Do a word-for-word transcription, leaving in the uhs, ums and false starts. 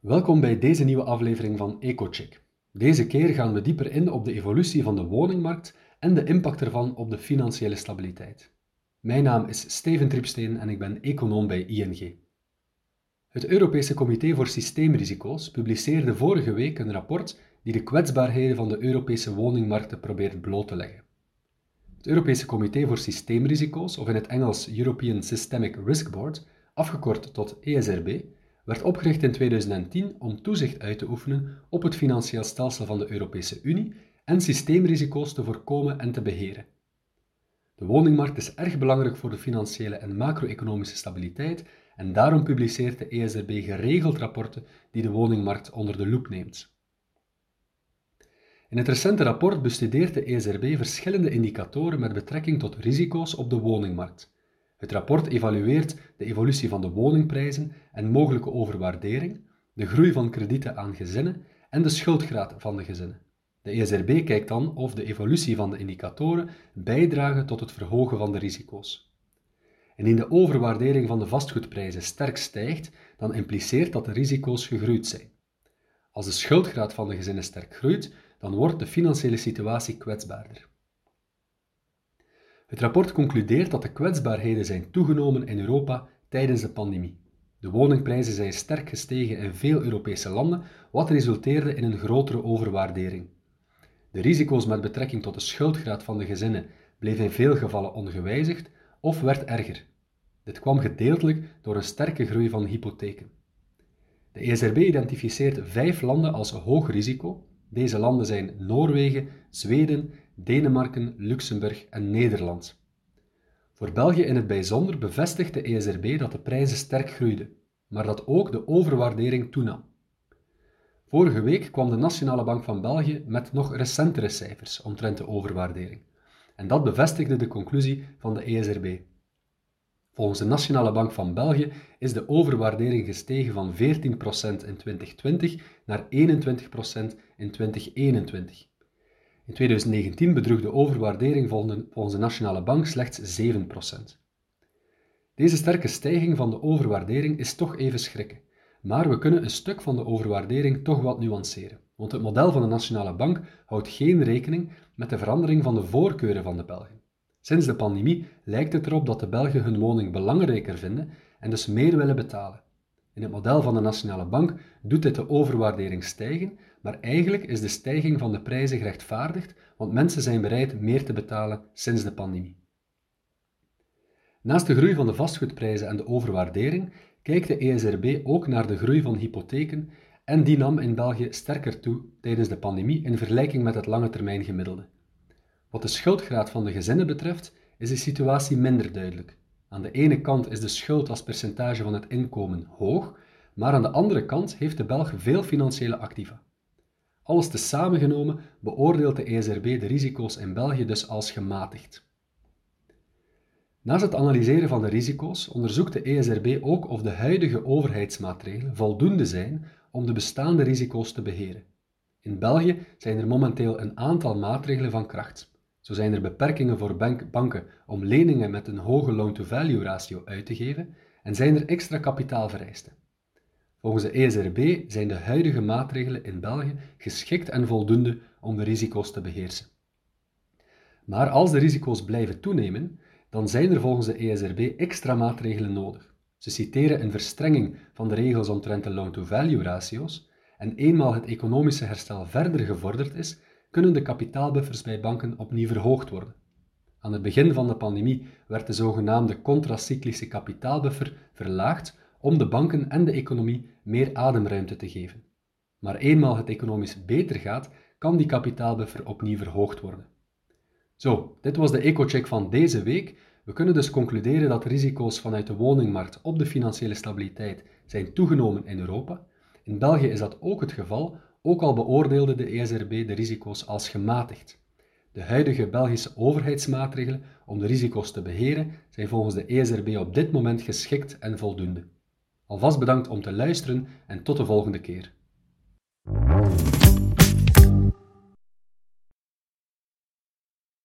Welkom bij deze nieuwe aflevering van EcoCheck. Deze keer gaan we dieper in op de evolutie van de woningmarkt en de impact ervan op de financiële stabiliteit. Mijn naam is Steven Triepsteen en ik ben econoom bij I N G. Het Europese Comité voor Systeemrisico's publiceerde vorige week een rapport die de kwetsbaarheden van de Europese woningmarkten probeert bloot te leggen. Het Europese Comité voor Systeemrisico's, of in het Engels European Systemic Risk Board, afgekort tot E S R B, werd opgericht in tweeduizend tien om toezicht uit te oefenen op het financieel stelsel van de Europese Unie en systeemrisico's te voorkomen en te beheren. De woningmarkt is erg belangrijk voor de financiële en macro-economische stabiliteit en daarom publiceert de E S R B geregeld rapporten die de woningmarkt onder de loep neemt. In het recente rapport bestudeert de E S R B verschillende indicatoren met betrekking tot risico's op de woningmarkt. Het rapport evalueert de evolutie van de woningprijzen en mogelijke overwaardering, de groei van kredieten aan gezinnen en de schuldgraad van de gezinnen. De E S R B kijkt dan of de evolutie van de indicatoren bijdragen tot het verhogen van de risico's. Indien de overwaardering van de vastgoedprijzen sterk stijgt, dan impliceert dat de risico's gegroeid zijn. Als de schuldgraad van de gezinnen sterk groeit, dan wordt de financiële situatie kwetsbaarder. Het rapport concludeert dat de kwetsbaarheden zijn toegenomen in Europa tijdens de pandemie. De woningprijzen zijn sterk gestegen in veel Europese landen, wat resulteerde in een grotere overwaardering. De risico's met betrekking tot de schuldgraad van de gezinnen bleven in veel gevallen ongewijzigd of werd erger. Dit kwam gedeeltelijk door een sterke groei van hypotheken. De E S R B identificeert vijf landen als hoog risico. Deze landen zijn Noorwegen, Zweden, Denemarken, Luxemburg en Nederland. Voor België in het bijzonder bevestigt de E S R B dat de prijzen sterk groeiden, maar dat ook de overwaardering toenam. Vorige week kwam de Nationale Bank van België met nog recentere cijfers omtrent de overwaardering. En dat bevestigde de conclusie van de E S R B. Volgens de Nationale Bank van België is de overwaardering gestegen van veertien procent in twintig twintig naar eenentwintig procent in twintig eenentwintig. In tweeduizend negentien bedroeg de overwaardering volgens de Nationale Bank slechts zeven procent. Deze sterke stijging van de overwaardering is toch even schrikken, maar we kunnen een stuk van de overwaardering toch wat nuanceren, want het model van de Nationale Bank houdt geen rekening met de verandering van de voorkeuren van de Belgen. Sinds de pandemie lijkt het erop dat de Belgen hun woning belangrijker vinden en dus meer willen betalen. In het model van de Nationale Bank doet dit de overwaardering stijgen, maar eigenlijk is de stijging van de prijzen gerechtvaardigd, want mensen zijn bereid meer te betalen sinds de pandemie. Naast de groei van de vastgoedprijzen en de overwaardering kijkt de E S R B ook naar de groei van hypotheken en die nam in België sterker toe tijdens de pandemie in vergelijking met het lange termijn gemiddelde. Wat de schuldgraad van de gezinnen betreft, is de situatie minder duidelijk. Aan de ene kant is de schuld als percentage van het inkomen hoog, maar aan de andere kant heeft de Belg veel financiële activa. Alles tezamen genomen beoordeelt de E S R B de risico's in België dus als gematigd. Naast het analyseren van de risico's onderzoekt de E S R B ook of de huidige overheidsmaatregelen voldoende zijn om de bestaande risico's te beheren. In België zijn er momenteel een aantal maatregelen van kracht. Zo zijn er beperkingen voor bank- banken om leningen met een hoge loan-to-value ratio uit te geven en zijn er extra kapitaalvereisten. Volgens de E S R B zijn de huidige maatregelen in België geschikt en voldoende om de risico's te beheersen. Maar als de risico's blijven toenemen, dan zijn er volgens de E S R B extra maatregelen nodig. Ze citeren een verstrenging van de regels omtrent de loan-to-value ratio's en eenmaal het economische herstel verder gevorderd is, kunnen de kapitaalbuffers bij banken opnieuw verhoogd worden. Aan het begin van de pandemie werd de zogenaamde contracyclische kapitaalbuffer verlaagd om de banken en de economie meer ademruimte te geven. Maar eenmaal het economisch beter gaat, kan die kapitaalbuffer opnieuw verhoogd worden. Zo, dit was de EcoCheck van deze week. We kunnen dus concluderen dat de risico's vanuit de woningmarkt op de financiële stabiliteit zijn toegenomen in Europa. In België is dat ook het geval, ook al beoordeelde de E S R B de risico's als gematigd. De huidige Belgische overheidsmaatregelen om de risico's te beheren zijn volgens de E S R B op dit moment geschikt en voldoende. Alvast bedankt om te luisteren en tot de volgende keer.